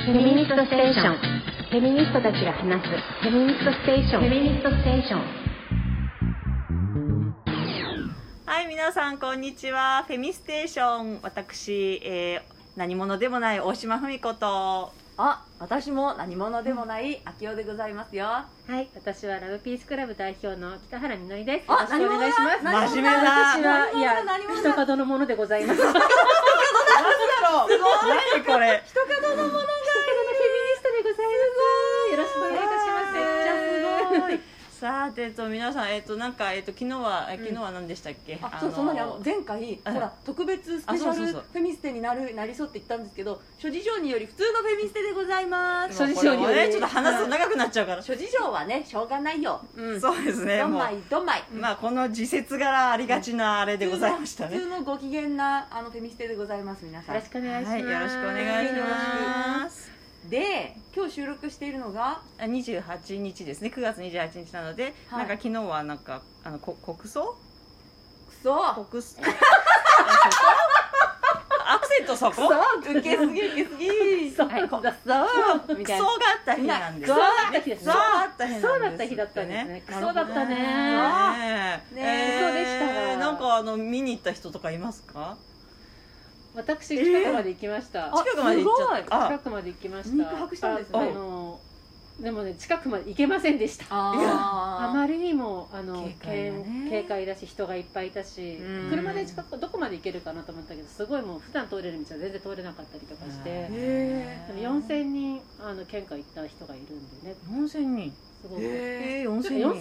フェミニストステーション。フェミニストたちが話すフェミニストステーション。フェミニストステーション。 はい、皆さんこんにちは。フェミステーション、私、何者でもない大島文子と、 私も何者でもない秋代でございますよ。 はい、私はラブピースクラブ代表の北原みのりです。よろしくお願いします。 真面目な。 私はいや人角のものでございます。人角何これ。 人角のものが人角のフェミニストでございます。よろしくお願いいたします。 めっちゃすごい。 さて皆さんなんか昨日は何でしたっけ？ そんなに前回ほら特別スペシャルそうフェミステになりそうって言ったんですけど、諸事情により普通のフェミステでございます。 諸事情によりちょっと話すと長くなっちゃうから。 諸事情はねしょうがないよ。 そうですね。 どんまいどんまい。 まあこの時節柄ありがちなあれでございましたね。 普通のご機嫌なフェミステでございます。皆さんよろしくお願いします。 よろしくお願いします。 で今日収録しているのが 28日ですね。9月28日なので、なんか昨日はなんか国葬国葬アクセントそこウケすぎウケすぎそう国葬があった日なんです。 クソがあった日ですね。 クソがあった日なんです。 クソだった日だったんですね。クソだったね。 そうでした。 なんか見に行った人とかいますか？ 私近くまで行きました。 近くまで行っちゃった。 近くまで行きました。 肉薄したんですね。 でもね近くまで行けませんでした。あまりにも警戒だし人がいっぱいいたし、車で近くどこまで行けるかなと思ったけど、すごいもう普段通れる道は全然通れなかったりとかして、でも4000人献花行った人がいるんでね。 4000人すごく。 4000人 4000人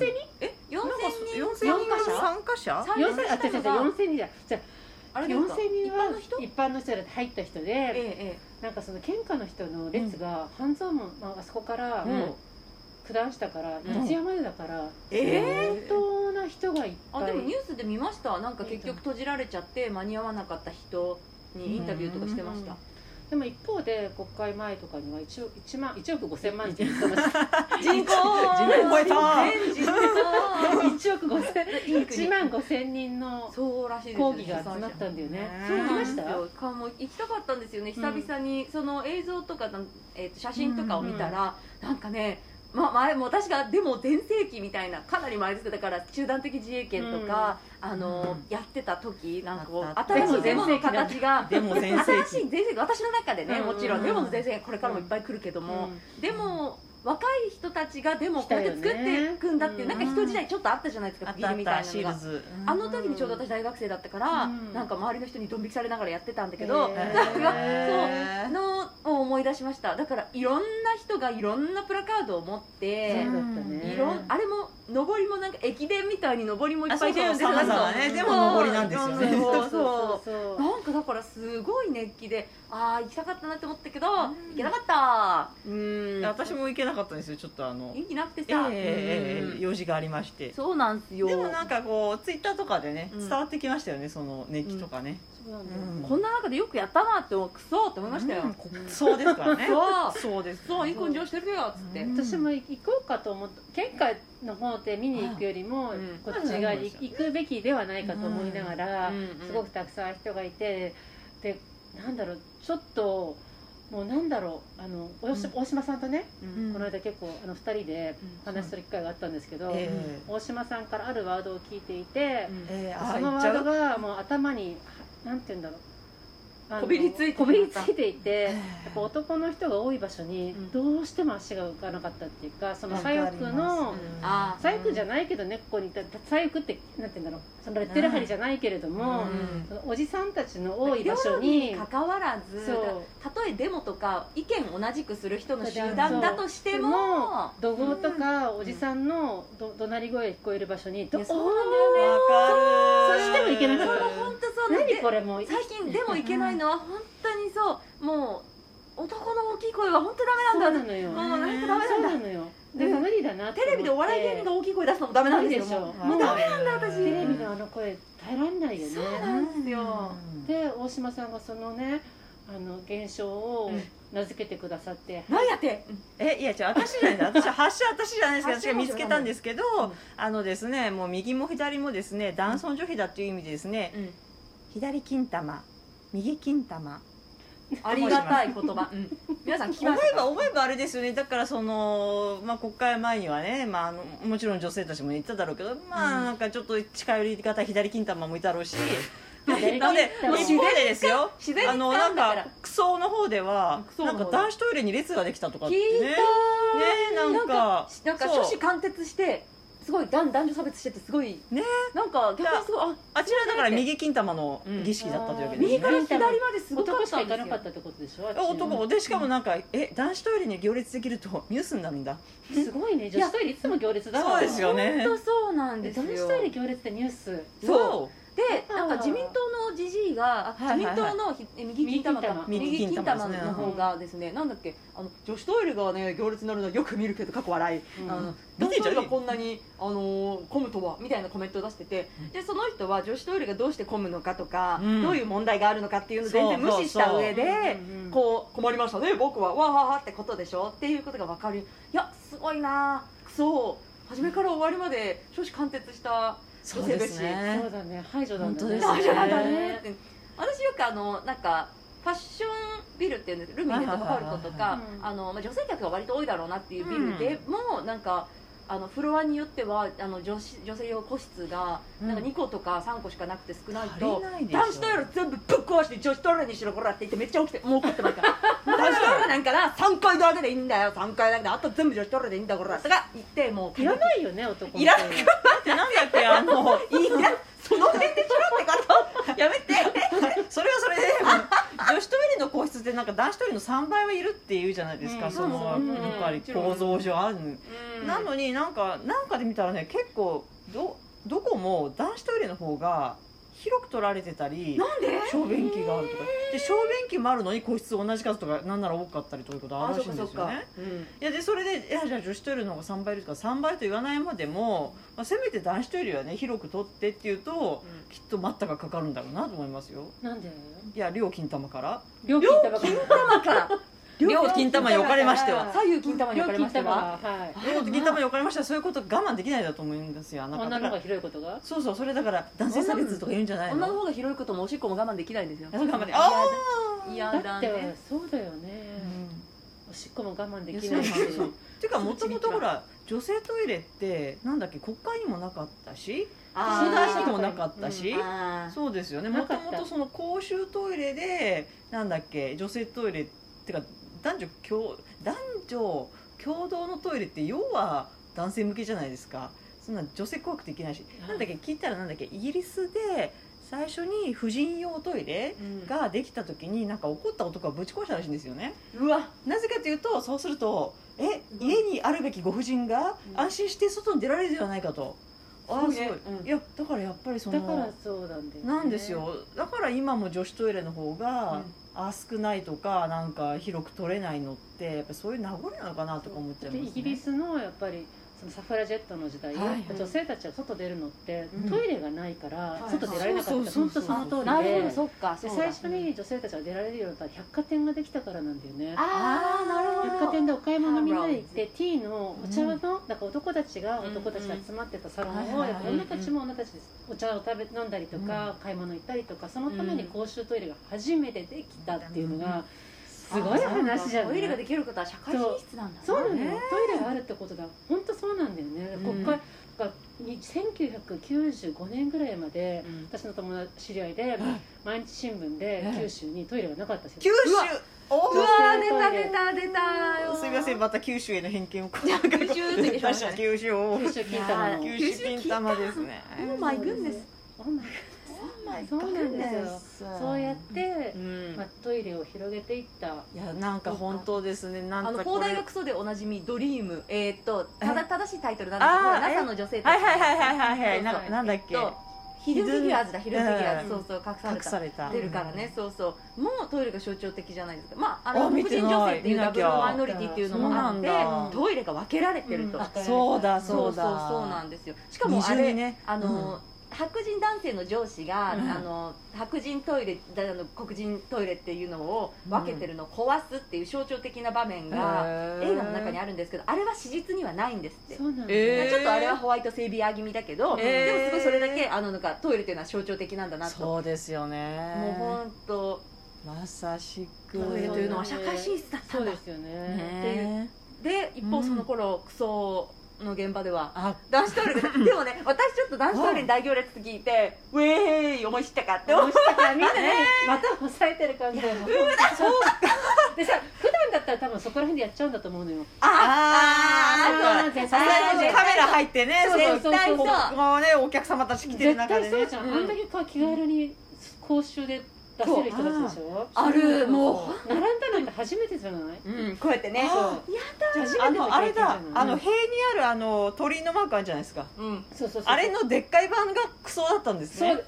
参加者 4000人じゃあれ 4000人は一般の人で入った人で、なんかその献花の人の列が半蔵門あそこからもう九段下から四谷までだから相当な人がいっぱい。 でもニュースで見ました。なんか結局閉じられちゃって間に合わなかった人にインタビューとかしてました。 でも一方で国会前とかには1億5000万人って言ってました。 人口超えた。 1億1万5000人の抗議が集まったんだよね。 行きましたよ。もう行きたかったんですよね。久々にその映像とか写真とかを見たらなんかね。前も確かでも全盛期みたいなかなり前です。だから集団的自衛権とかやってた時なんか新しいデモの形が新しい全盛期、私の中でねもちろんデモの全盛期これからもいっぱい来るけども、でも若い人たちがデモをこうやって作っていくんだっていうなんか人時代ちょっとあったじゃないですか。ビルみたいなのがあの時にちょうど私大学生だったからなんか周りの人にドン引きされながらやってたんだけど、そうのを思い出しました。だからいろんな人がいろんなプラカードを持ってあれも上りもなんか駅伝みたいに上りもいっぱい出るんですよ。 でも上りなんですよね。 そうなんかだからすごい熱気で行きたかったなって思ったけど行けなかった。 私も行けなかったんですよ。ちょっと元気なくてさ用事がありまして。 そうなんですよ。 でもなんかこうツイッターとかでね伝わってきましたよね、その熱気とかね。 こんな中でよくやったなってクソって思いましたよ。 そうですからね。 そうです。そういい根性してるよっつって。 私も行こうかと思って献花の方で見に行くよりもこっち側に行くべきではないかと思いながら、すごくたくさん人がいて、でなんだろうちょっともうなんだろう大島さんとねこの間結構2人で話する機会があったんですけど、大島さんからあるワードを聞いていて、そのワードがもう頭になんて言うんだろうこびりついていて、やっぱ男の人が多い場所にどうしても足が浮かなかったっていうか、その左翼の左翼じゃないけどね、ここにいた左翼ってなんて言うんだろう、そのレッテル貼りじゃないけれども、おじさんたちの多い場所に関わらず、たとえデモとか意見同じくする人の集団だとしても怒号とかおじさんの怒鳴り声が聞こえる場所にそうなんだよね。 そしてもいけなかった。 本当そう。 何これもう最近でもいけないのは本当にそう、もう男の大きい声は本当ダメなんだ。 そうなのよ。 もうなんかダメなんだ。 そうなのよ。でも無理だなって。 テレビでお笑い芸人が大きい声出すのもダメなんですよ。もうダメなんだ私。 テレビのあの声耐えられないよね。 そうなんですよ。 で大島さんがそのね現象を名付けてくださって、 何やっていや違う、私じゃないです。私じゃないですけど、私が見つけたんですけど、ですね、もう右も左もですね、男尊女卑だっていう意味でですね、左金玉、右金玉、 ありがたい言葉、皆さん聞きましたか？ 思えばあれですよね。だからその、国会前にはね、もちろん女性たちも言っただろうけど、なんかちょっと近寄り方左金玉もいたろうし、なので一方でですよ、 自然になんかクソの方ではなんか男子トイレに列ができたとかってね、なんか初子貫徹してすごい男女差別しててすごいね、 なんか逆にすごいあちらだから右金玉の儀式だったというわけですね。 右から左まですごかったんですよ。 男しか行かなかったってことでしょ。 男でしかもなんか男子トイレに行列できるとニュースになるんだ。 すごいね。女子トイレいつも行列だわ。 そうですよね。 本当そうなんですよ。 男子トイレ行列ってニュース。 そうで、なんか自民党のじじいが自民党の右金玉の方がですね、なんだっけ、女子トイレがね行列になるのはよく見るけど過去笑い、男子トイレがこんなに混むとはみたいなコメントを出してて、でその人は女子トイレがどうして混むのかとか、どういう問題があるのかっていうのを全然無視した上で、こう困りましたね僕はわははってことでしょっていうことが分かる。いやすごいな、そう初めから終わりまで初子貫徹した女性ですね。 そうだね、排除なんだね。 排除なんだねって。私よくなんかファッションビルっていうんですけど、ルミネとかホルトとか女性客が割と多いだろうなっていうビルでも、なんかフロアによっては女性用個室がなんか2個とか3個しかなくて少ないと、男子トイレ全部ぶっ壊して女子トイレにしろこらって言ってめっちゃ起きてもう怒ってますから男子トイレなんかな3階だけでいいんだよ、3階だけであと全部女子トイレでいいんだこらとか言ってもういらないよね男のいらないってなんだっけいいなその辺でちょろってことやめてそれはそれで女子トイレの個室ってなんか男子トイレの3倍はいるっていうじゃないですか、そのやっぱり構造上ある、なのになんかで見たらね、結構どこも男子トイレの方が広く取られてたり、 なんで小便器があるとかで、小便器もあるのに個室同じ数とかなんなら多かったりということあるらしいんですよね。いやでそれでじゃあ女子トイレの方が3倍いるとか3倍と言わないまでも、せめて男子トイレはね広く取ってっていうと、きっと待ったがかかるんだろうなと思いますよ。 なんで？ いや両金玉から両金玉から両金玉に置かれましては、 左右金玉に置かれましては、 両金玉に置かれましては、そういうこと我慢できないだと思うんですよ。 女の方が広いことが、 そうそれだから男性差別とか言うんじゃないの。 女の方が広いこともおしっこも我慢できないんですよ。 我慢で嫌だね。 そうだよね、おしっこも我慢できないしっていうかもともとほら女性トイレってなんだっけ、国会にもなかったし市内にもなかったし、そうですよね。もともとその公衆トイレでなんだっけ、女性トイレってか男女共同のトイレって要は男性向けじゃないですか。そんな女性怖くていけないし、なんだっけ聞いたらなんだっけ、イギリスで最初に婦人用トイレができた時になんか怒った男がぶち壊したらしいんですよね。 うわ、 なぜかというと、そうすると家にあるべきご婦人が安心して外に出られるではないかと。ああすごい、いやだからやっぱりそのだからそうなんだよね。 なんですよ。だから今も女子トイレの方が、少ないとかなんか広く取れないのってやっぱそういう名残なのかなとか思っちゃいますね。 イギリスのやっぱりそのサフラジェットの時代、女性たちが外出るのってトイレがないから外出られなかった。本当その通りで、 なるほど、そっか。 最初に女性たちが出られるようになったら百貨店ができたからなんだよね。 ああ、なるほど。 百貨店でお買い物みんなで行ってティーのお茶の、だから男たちが集まってたサロンを女たちも女たちでお茶を飲んだりとか買い物行ったりとか、そのために公衆トイレが初めてできたっていうのがすごい話じゃない。 トイレができることは社会進出なんだね。 そうなのよ、トイレがあるってことだ。本当そうなんだよね。国会が1995年ぐらいまで、私の友達知り合いで毎日新聞で九州にトイレがなかったんですよ。 九州、 うわ出たすみません、また九州への偏見を九州ってしましたね。 九州金玉の九州金玉ですね。 オーマイグンネス。 そうなんですよ。そうやって、トイレを広げていった。 いやなんか本当ですね。なんか放題がクソでおなじみドリーム、正しいタイトルなんですけど、NASA の女性たちなんだっけ、 ヒルフィギュアーズだ、ヒルフィギュアーズ、そう隠された出るからね、そうもうトイレが象徴的じゃないですか。まあ黒人女性っていうダブルマイノリティっていうのもあってトイレが分けられてると。 そうそうなんですよ。しかもあれ白人男性の上司が、白人トイレ黒人トイレっていうのを分けてるのを壊すっていう象徴的な場面が映画の中にあるんですけど、あれは史実にはないんですって。 そうなんちょっとあれはホワイトセービア気味だけど、でもすごいそれだけなんかトイレっていうのは象徴的なんだなと。 そうですよね。 もう本当まさしくトイレというのは社会進出だったんだ。 そうですよね。 で一方その頃クソの現場ではあ男子トイレででもね私ちょっと男子トイレに大行列って聞いてウェーイ思い知ったかって思っ思いしたからみんなねまた押さえてる感じでもそうでさ普段だったら多分そこら辺でやっちゃうんだと思うのよ。 あ絶カメラ入ってね絶対そうここねお客様たち来てる中でね絶対そうじゃん。あんだけ気軽に公衆で出せる人たちでしょ。 あるもう並んだなんて初めてじゃない？ こうやってねそうやだあれだうん塀にある鳥居のマークあるじゃないですか。 そうあれのでっかい版がクソだったんですね。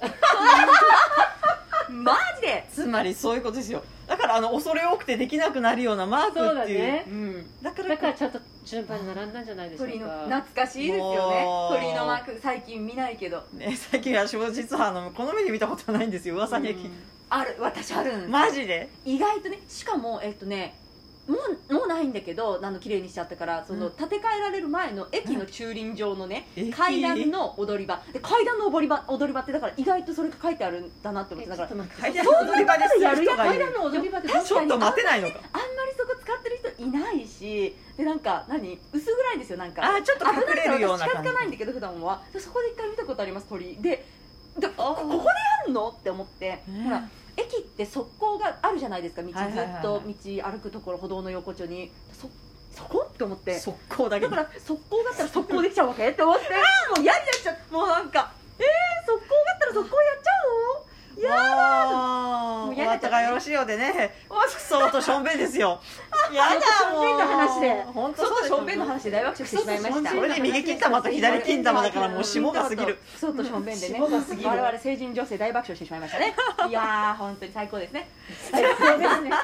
マジでつまりそういうことですよ。だから恐れ多くてできなくなるようなマークっていう。 そうだね。 だからちゃんと順番に並んだんじゃないでしょう鳥のか。 懐かしいですよねもう鳥のマーク最近見ないけどね、最近は実はこの目で見たことはないんですよ。噂には聞いある私あるんですマジで意外とねしかももうないんだけど綺麗にしちゃったからその建て替えられる前の駅の駐輪場のね階段の踊り場で階段の踊り場ってだから意外とそれが書いてあるんだなって思ってだから階段の踊り場でする人がいる。 階段の踊り場でちょっと待てないのか。 あんまりそこ使ってる人いないしで薄暗いんですよちょっと隠れるような感じ。 近づかないんだけど普段はそこで一回見たことあります鳥でここでやんのって思ってほら駅って側溝があるじゃないですか道ずっと道歩くところ歩道の横丁にそこって思って速攻だけだから側溝があったら側溝できちゃうわけって思ってもう嫌になっちゃってもう側溝があったら側溝やっちゃうのやだもうお後がよろしいようでねクソとしょんべんですよ。やだもうしょんべんの話で本当そうしょんべんの話で大爆笑してしまいましたそれで右金玉と左金玉だからもう霜が過ぎる。 そうとしょんべんでね霜が過ぎる我々成人女性大爆笑してしまいましたねいやー本当に最高ですね最高ですね。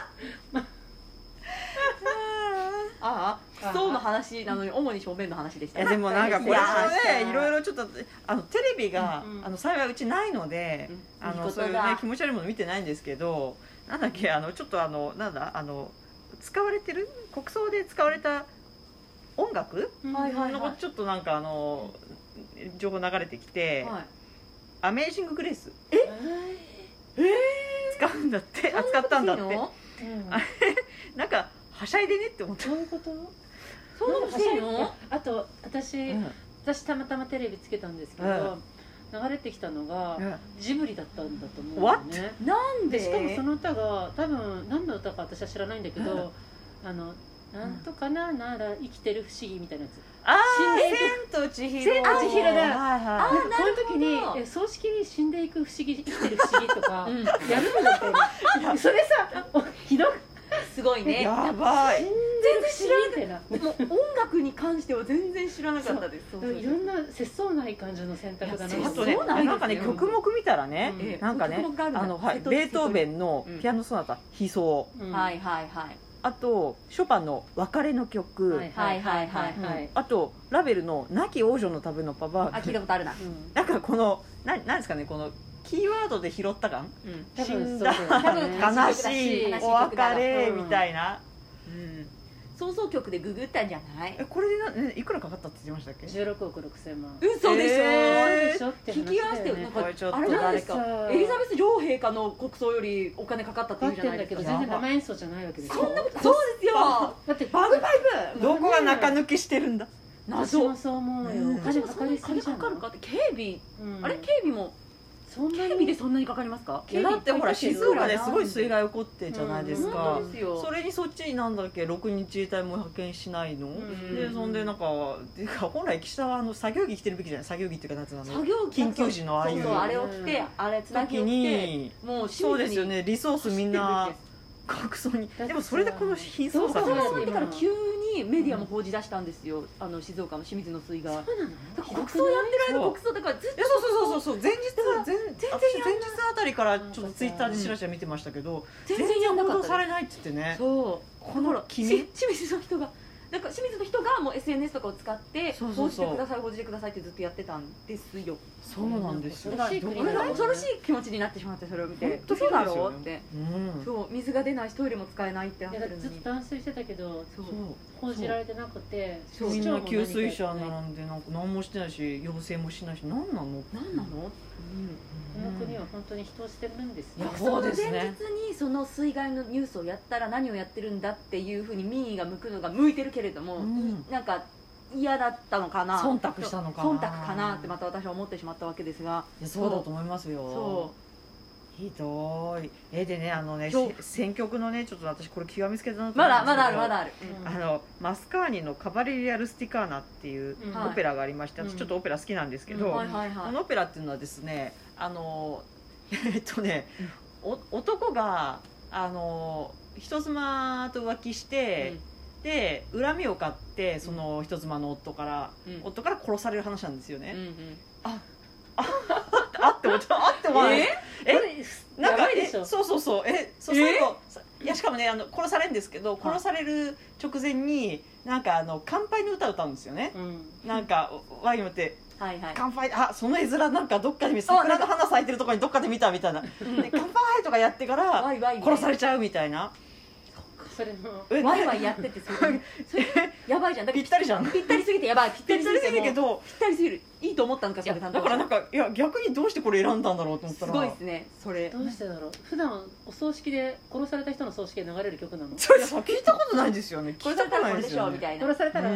クソの話なのに主にしょんべんの話でしたでもこれもいやねいろいろちょっとテレビが幸いうちないのでいいことだそういうね気持ち悪いもの見てないんですけどちょっと使われてる国葬で使われた音楽のちょっと情報流れてきてアメージンググレース使うんだって使ったんだってはしゃいでねって思った。 どういうこと？ そんなことしてんの？ あと私たまたまテレビつけたんですけど流れてきたのがジブリだったんだと思うんだよね。 なんで？ しかもその歌が多分何の歌か私は知らないんだけどなんとかななら生きてる不思議みたいなやつ。 千と千尋。 千と千尋だ。 あーこの時に葬式に死んでいく不思議生きてる不思議とかやるんだって。それさひどくすごいねやばい。 全然知らんてな。 もう音楽に関しては全然知らなかったです。 いろんな節操ない感じの選択だな。 あとね曲目見たらねベートーベンのピアノソナタ悲壮。 はいはいはい。 あとショパンの別れの曲。 はいはいはいはい。 あとラベルの亡き王女のためのパパ。 聞いたことあるな。 このなんですかねこのキーワードで拾った感、死んだ悲しいお別れみたいな、 創作曲でググったんじゃない？ これでいくらかかったって言ってましたっけ ？16億6,000万。 嘘でしょ？ 聞き合わせてよ。あれなんですか？エリザベス女王陛下の国葬よりお金かかったって言うじゃないですか。 全然生演奏じゃないわけですよ。 そんなことそうですよ。だってバグパイプどこが中抜きしてるんだ。 私もそう思うよ。 金かかりすぎじゃない？かかるかって警備あれ警備も警備でそんなにかかりますか？ だってほら静岡ですごい水害起こってじゃないですか。それにそっちに6日自衛隊も派遣しないので、そんで本来岸田は作業着着てるべきじゃない。作業着っていうかなんつうの緊急時のああいうあれを着てあれつなぎを着てもうそうですよね。リソースみんな国葬に。でもそれでこの貧相さが終わってから急にメディアも報じ出したんですよ。静岡の清水の水が。そうなの？国葬やってる間国葬だからずっとそう前日あたりからちょっとツイッターでしらしら見てましたけど、全然報道されないって言ってね。 そうこの清水の人がだから清水の人がもう SNS とかを使ってそうそうそう報じてください報じてくださいってずっとやってたんですよ。 そうなんですよ。 恐ろしい国だよね恐ろしい気持ちになってしまって、それを見て本当嘘だろそううって、 うんそう水が出ないしトイレも使えないってなっいやてるのに、 ずっと断水してたけどそう報じられてなくて、 そうみんな給水車な並んでなんか何もしてないし要請もしないし何なの。 何なの、 この国は本当に人を捨てるんですよいやそうですね前日にその水害のニュースをやったら何をやってるんだっていうふうに民意が向くのが向いてるけれども、 うんなんか嫌だったのかな、 忖度したのかな、 忖度かなってまた私は思ってしまったわけですが、 いやそうだと思いますよ。 そひどい。でね今日選曲のねちょっと私これ極めつけだなとま思うんですけど、 だまだあるまだある、 マスカーニのカバレリア・ルスティカーナっていううんオペラがありまして、 はい私ちょっとオペラ好きなんですけど、 うんはいはいはいこのオペラっていうのはですね男が人妻と浮気して、で恨みを買ってその人妻の夫から、夫から殺される話なんですよね。あって思っちゃう。あって思わない。 やばいでしょ。 そう最後いやしかもね殺されるんですけど、殺される直前になんか乾杯の歌を歌うんですよね。なんかワイン持ってはいはい、 乾杯、その絵面なんかどっかで桜の花咲いてるところにどっかで見たみたいなで乾杯とかやってからワイワイ殺されちゃうみたいな。 それのワイワイやっててそれやばいじゃん。だからぴったりじゃん。 ぴったりすぎてやばい。ぴったりすぎてぴったりすぎるけどぴったりすぎる。いいと思ったんかそれだからなんかいや逆にどうしてこれ選んだんだろうと思ったらすごいですねそれ。 どうしてだろう。普段お葬式で殺された人の葬式で流れる曲なの。 それさ聞いたことないですよね。聞いたことないですよね。 みたいな。 殺されたら、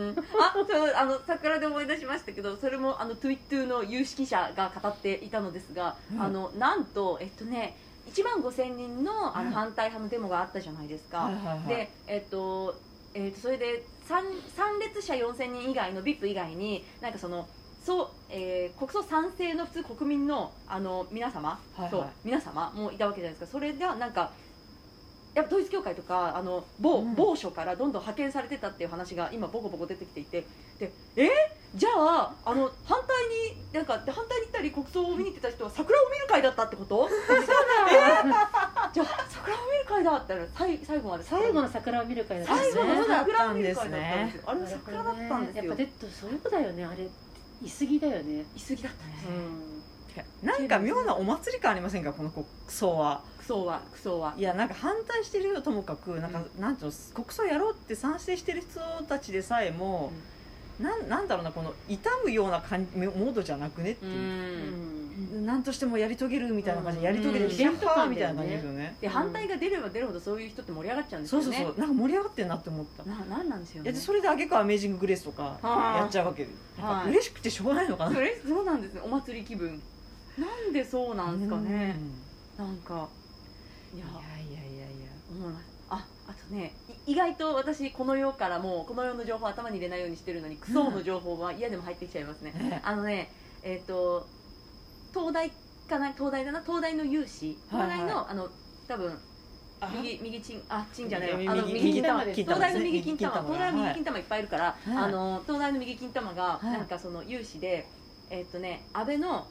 桜で思い出しましたけど、それもトゥイットゥの有識者が語っていたのですが、なんと1万5000人の反対派のデモがあったじゃないですか。でそれで参列者4000人以外の VIP 以外になんか国葬賛成の普通国民の皆様、皆様もいたわけじゃないですか。それではなんかやっぱ統一教会とか某所からどんどん派遣されてたっていう話が今ボコボコ出てきていて、でじゃあ反対に行ったり国葬を見に行ってた人は桜を見る会だったってこと？じゃあ桜を見る会だったら最後まで最後の桜を見る会だったんです最後のね。 桜を見る会だったんですよ。あれ桜だったんですよ。 やっぱそういうことだよね。あれいすぎだよね。 いすぎだったね。 なんか妙なお祭り感ありませんかこの国葬は。 クソは。 いやなんか反対してるよともかくなんか、なんていうの国葬やろうって賛成してる人たちでさえも、なんだろうなこの痛むようなモードじゃなくねっていう、なんとしてもやり遂げるみたいな感じでやり遂げるシャッハーみたいな感じですよね。 で反対が出れば出るほどそういう人って盛り上がっちゃうんですよね。 そうなんか盛り上がってるなって思った。 なんなんですよね。 いやそれで挙句アメージンググレースとかやっちゃうわけで、嬉しくてしょうがないのかな。 そうなんですね。お祭り気分。なんでそうなんですかね。なんかいや思います。あとね意外と私この世からもうこの世の情報頭に入れないようにしてるのにクソの情報は嫌でも入ってきちゃいますね。東大の有志、東大の多分右チンじゃないよ、右金玉です。東大の右金玉いっぱいいるから、東大の右金玉がなんかその有志で安倍の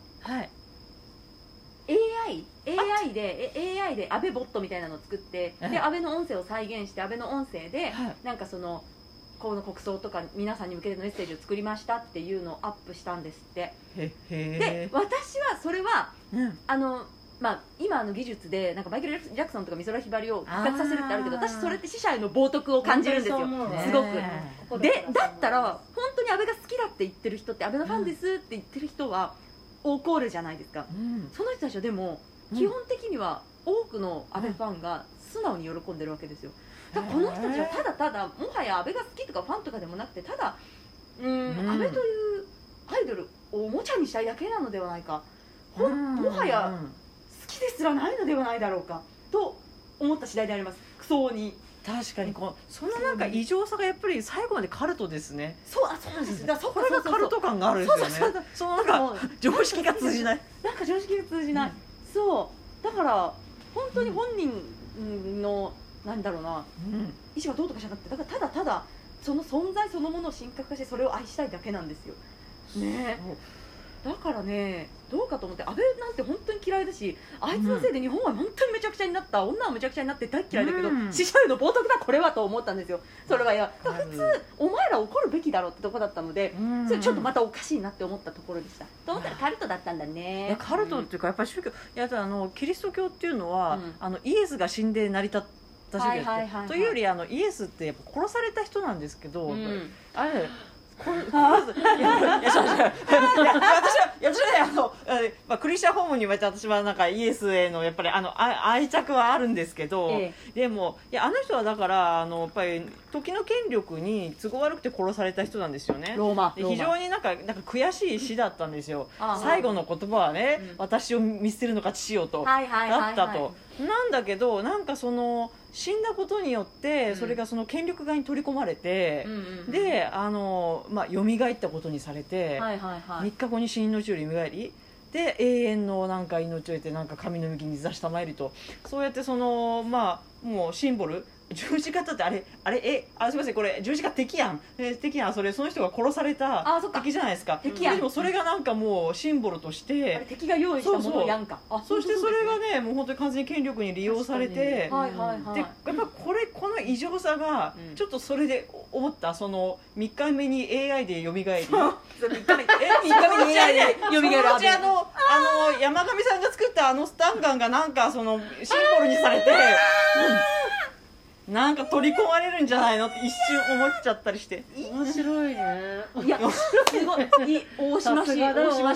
AI で安倍ボットみたいなのを作って、で安倍の音声を再現して安倍の音声でなんかこの国葬とか皆さんに向けてのメッセージを作りましたっていうのをアップしたんですって。で私はそれは今の技術でなんかマイケル・ジャクソンとか美空ひばりを復活させるってあるけど、私それって死者への冒涜を感じるんですよ、すごく。でだったら本当に安倍が好きだって言ってる人って、安倍のファンですって言ってる人は怒るじゃないですか。その人たちはでも基本的には多くの安倍ファンが素直に喜んでるわけですよ。だからこの人たちはただただもはや安倍が好きとかファンとかでもなくて、ただ安倍というアイドルをおもちゃにしたいだけなのではないか、もはや好きですらないのではないだろうかと思った次第であります。クソに確かにそのなんか異常さがやっぱり最後までカルトですね。 そうなんです。だからこれがカルト感があるんですよね。そのなんか常識が通じない。 なんか常識が通じない。そうだから本当に本人のなんだろうな、意思がどうとかじゃなくて、だからただただその存在そのものを神格化してそれを愛したいだけなんですよ。ね。 だからねどうかと思って、安倍なんて本当に嫌いだし、あいつのせいで日本は本当にめちゃくちゃになった、女はめちゃくちゃになって大嫌いだけど、死者への冒涜だこれはと思ったんですよ。それは普通お前ら怒るべきだろうってとこだったので、それちょっとまたおかしいなって思ったところでした。と思ったらカルトだったんだね。 いやカルトっていうかやっぱり宗教、キリスト教っていうのは、イエスが死んで成り立った宗教というよりイエスってやっぱ殺された人なんですけど、あれ私はクリスチャンホームにいて、私はなんかイエスへのやっぱり愛着はあるんですけど、でもあの人はだからやっぱり時の権力に都合悪くて殺された人なんですよね。 ローマ非常になんか悔しい死だったんですよ。最後の言葉はね、私を見捨てるのか父よとだったと。なんだけどなんかその死んだことによってそれがその権力側に取り込まれて、で蘇ったことにされて、3日後に死人のうちより蘇りで永遠のなんか命を得てなんか神の右に座したまえりと、そうやってそのもうシンボル十字架だってすみませんこれ十字架敵やんそれその人が殺された敵じゃないですか。でもそれがなんかもうシンボルとして敵が用意したものやんか。 そしてそれがねもう本当に完全に権力に利用されて、でやっぱこの異常さがちょっとそれで思った。その3日目に AI で蘇り3日目に AI で蘇る、そのうち山上さんが作ったスタンガンがなんかそのシンボルにされてなんか取り込まれるんじゃないのって一瞬思っちゃったりして。 面白いね。 いやすごい大島氏の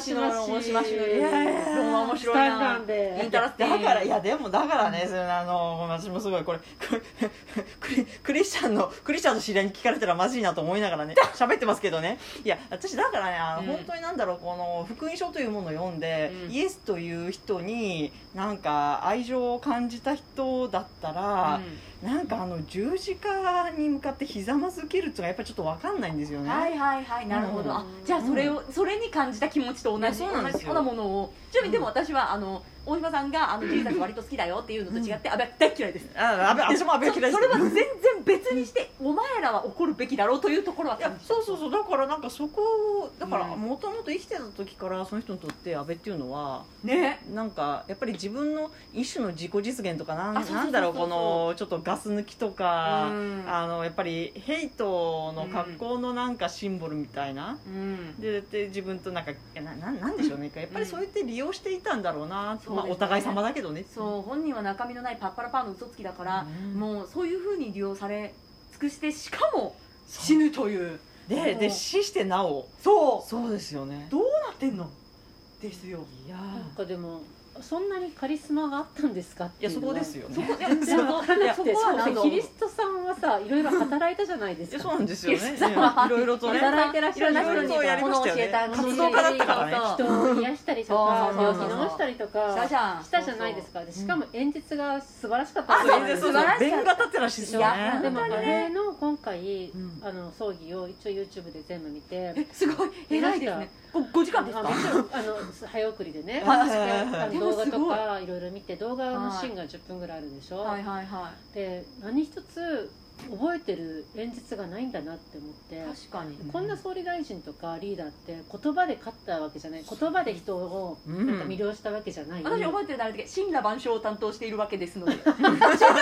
面白いな。 でもだからね、私もすごいこれクリスチャンの知り合いに聞かれたらまずいなと思いながらね喋ってますけどね。いや私だからね本当になんだろう、この福音書というものを読んで、イエスという人になんか愛情を感じた人だったら、なんか十字架に向かってひざまずけるっていうのがやっぱりちょっと分かんないんですよね。 なるほど。じゃあそれに感じた気持ちと同じようなものを。ちなみにでも私は大島さんがジーザス割と好きだよっていうのと違って安倍大嫌いです。 私も安倍嫌いです。 それは全然別にしてお前らは怒るべきだろうというところは感じた。 そうだからなんかそこだからもともと生きてた時からその人にとって安倍っていうのはね、なんかやっぱり自分の一種の自己実現とかなんだろう、このちょっとガス抜きとかやっぱりヘイトの格好のなんかシンボルみたいな、で自分となんかなんでしょうね、やっぱりそうやって利用していたんだろうな、お互い様だけどね。 そう本人は中身のないパッパラパーの嘘つきだから、もうそういう風に利用され尽くして、しかも死ぬというで死してなおそうですよね。 どうなってんのですよ。 いやなんかでもそんなにカリスマがあったんですかっていう。 いやそこですよね。 そこはキリストさんはさいろいろ働いたじゃないですか。 そうなんですよね。いろいろとね働いてらっしゃる人にものを教えた活動家だったからね。人を癒したりとか病気治したりとかしたじゃないですか。しかも演説が素晴らしかったですよね。 弁が立ってらっしゃるよね。 でもあれの今回葬儀を一応 YouTube で全部見て、 すごい偉いですね。5時間ですか？ 早送りでね、動画とかいろいろ見て、動画のシーンが10分ぐらいあるでしょ。で何一つ覚えてる演説がないんだなって思って。 確かにこんな総理大臣とかリーダーって言葉で勝ったわけじゃない、言葉で人をなんか魅了したわけじゃない。 私覚えてるのあれだけ神羅万象を担当しているわけですので面白い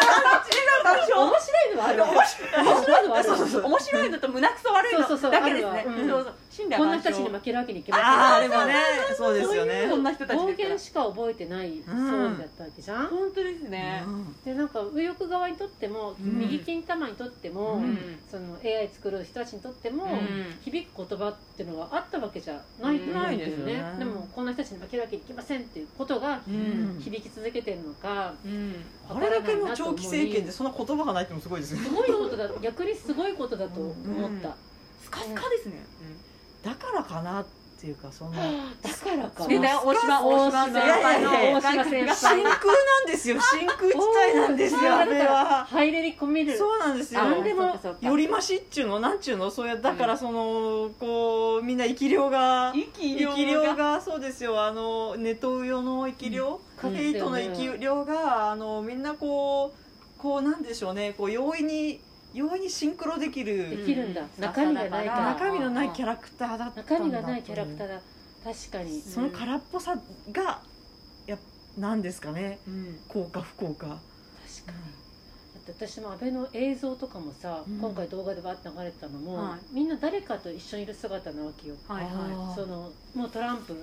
のはある、 面白いのと胸くそ悪いのだけですね。 こんな人たちに負けるわけにいきません。 あれもね、そうですよね。 こんな人たち暴言しか覚えてない葬儀だったわけじゃん。 本当ですね。 でなんか右翼側にとっても右金玉にとってもその AI 作る人たちにとっても響く言葉っていうのはあったわけじゃないと思うんですよね。でもこんな人たちに負けるわけにいきませんっていうことが響き続けてるのか、 あれだけの長期政権でその言葉がないってもすごいですね。 すごいことだ、逆にすごいことだと思った。 スカスカですね。 だからかなっていうか、そのだからか。 大島先輩の真空なんですよ。真空地帯なんですよ。あれは入れ込める。 そうなんですよ。 でもよりましっちゅうのなんちゅうの、そうやだからそのこうみんな生き量がそうですよ。ネトウヨの生き量、ヘイトの生き量がみんなこうなんでしょうね、こう容易にシンクロできるんだ。中身がないから。 中身のないキャラクターだったんだ。 中身がないキャラクターだ。 確かにその空っぽさがなんですかね、効果不効果。 確かに。だって私も安倍の映像とかもさ、今回動画でバーッて流れてたのも、みんな誰かと一緒にいる姿なわけよ。そのもうトランプ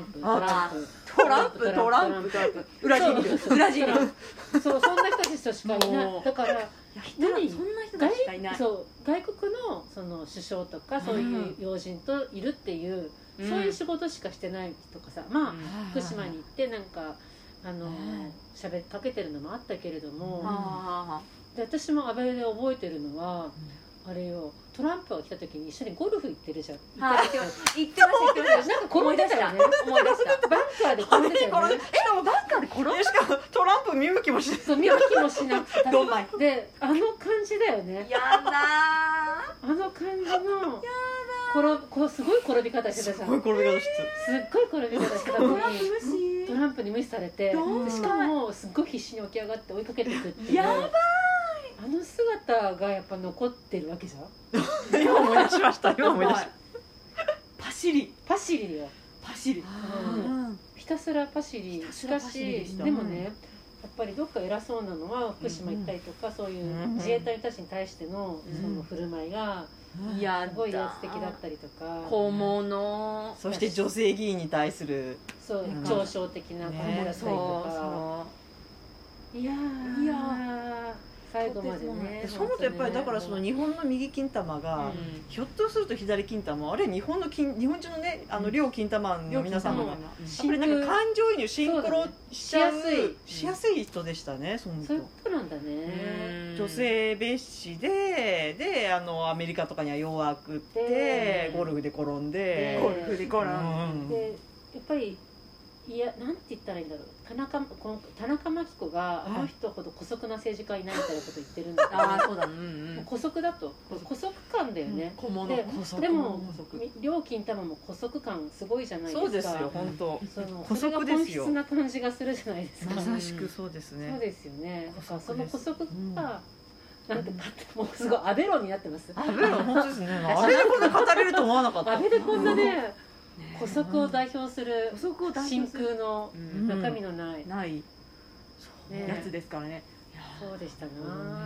裏地にそうそんな人たちとしかいない。だから何そんな人たちしかいない。 そう外国のその首相とかそういう要人といるっていう、そういう仕事しかしてないとかさ、まあ福島に行ってなんか喋りかけてるのもあったけれども、で私も安倍で覚えてるのは、あれよ、トランプが来た時に一緒にゴルフ行ってるじゃん。 行ってましたなんか転んでたよね。思い出した。 バンカーで転んでたよね。 しかもバンカーで転んでしかもトランプ見向きもしない。 そう見向きもしなくて。 どんまいであの感じだよね。 やだあの感じのすごい転び方してたじゃん。 すごい転び方してすっごい転び方してたのにトランプに無視されて、しかもすっごい必死に起き上がって追いかけていくっていう。 やばい。 あの姿がやっぱ残ってるわけじゃん。 今思い出しました。今思い出した。 パシリよ。 パシリ。 ひたすらパシリ。しかしでもね、やっぱりどっか偉そうなのは福島行ったりとか、そういう自衛隊たちに対してのその振る舞いがすごい威圧的だったりとか、 小物、 そして女性議員に対するそう嘲笑的な感じだったりとか、いや最後までね。 そう思うとやっぱりだからその日本の右金玉が、ひょっとすると左金玉、あれ日本人のね両金玉の皆さんもやっぱりなんか感情移入シンクロしやすい人でしたね。 そういうことなんだね。 女性蔑視でアメリカとかには弱くってゴルフで転んでやっぱりなんて言ったらいいんだろう。田中真紀子があの人ほど姑息な政治家いないみたいなこと言ってるんだけど、 ああそうだ、 姑息だと姑息感だよね。でも両金玉も姑息感すごいじゃないですか。 そうですよ本当。 それが本質な感じがするじゃないですか。 まさしくそうですね。 そうですよね。だからその姑息がなんてもうすごいアベロになってます。 アベロ本当ですね。あれでこんな語れると思わなかった。 あれでこんなね。姑息を代表する真空の中身のないやつですからね。 そうでしたな。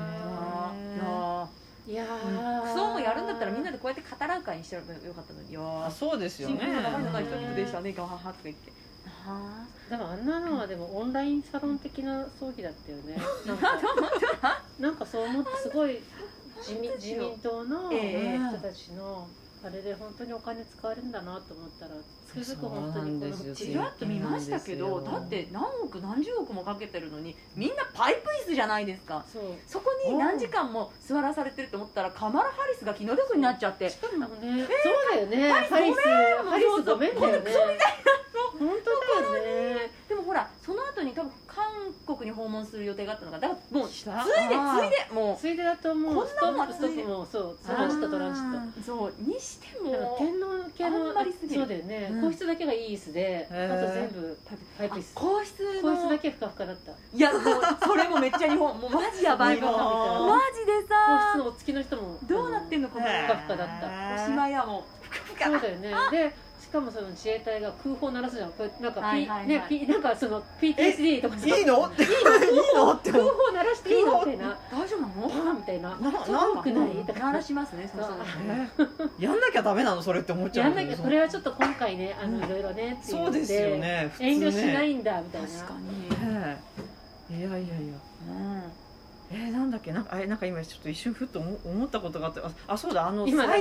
いやクソもやるんだったらみんなでこうやって語らう会にしてればよかったのに。いやそうですよね。 真空の中身のない人でしたね。ガハハとか言って。 でもあんなのはでもオンラインサロン的な葬儀だったよね。なんかそう思ってすごい自民党の人たちのあれで本当にお金使われるんだなと思ったらつくづく本当にこのちらっと見ましたけど、だって何億何十億もかけてるのにみんなパイプ椅子じゃないですか。そこに何時間も座らされてると思ったらカマラ・ハリスが気の毒になっちゃって、 しかもねそうだよね、ハリスごめんだよね、本当だよね。 でもほらその後に多分韓国に訪問する予定があったのが、だからもうついでだと思う。ストップもそうトランジットそうにしても天皇系のそうだよね。皇室だけがいい椅子で、あと全部パイプ椅子。皇室だけふかふかだった。 いやもうそれもめっちゃ日本もうマジやばいもん。マジでさ。 皇室のお付きの人もどうなってんのかな。 ふかふかだった。 おしまいはもうそうだよね。でしかもその自衛隊が空砲鳴らすじゃん。これなんかなんかその PTSD とかさ、 いいのって空砲鳴らしていいのみたいな、 大丈夫なのパーンみたいな、なんくないとか鳴らしますね。 やんなきゃダメなのそれって思っちゃう。 やんなきゃ、これはちょっと今回ねいろいろねって言って遠慮しないんだみたいな。 確かに。いやなんだっけ、なんか今ちょっと一瞬ふっと思ったことがあって、そうだ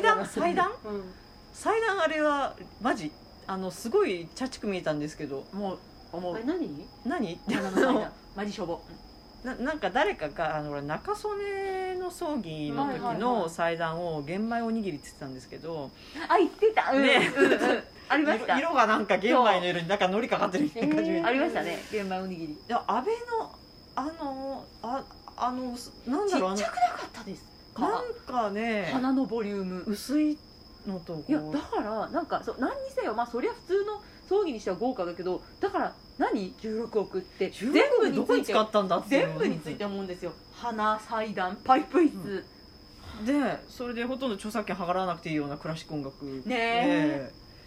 祭壇あれはマジすごいチャチく見えたんですけど、 もうあれ何マジしょぼ。 なんか誰かが中曽根の葬儀の時の祭壇を玄米おにぎりって言ってたんですけど、 言ってたね。ありました。 色がなんか玄米の色になんか海苔かかってるみたいな感じありましたね。玄米おにぎり。 安倍のなんだろう、 ちっちゃくなかったですか。 なんかね花のボリューム薄いのと、 いやだからなんか何にせよそりゃ普通の葬儀にしては豪華だけど、だから16億って全部について思うんですよ。花、祭壇、パイプ椅子で、それでほとんど著作権はがらなくていいようなクラシック音楽ね。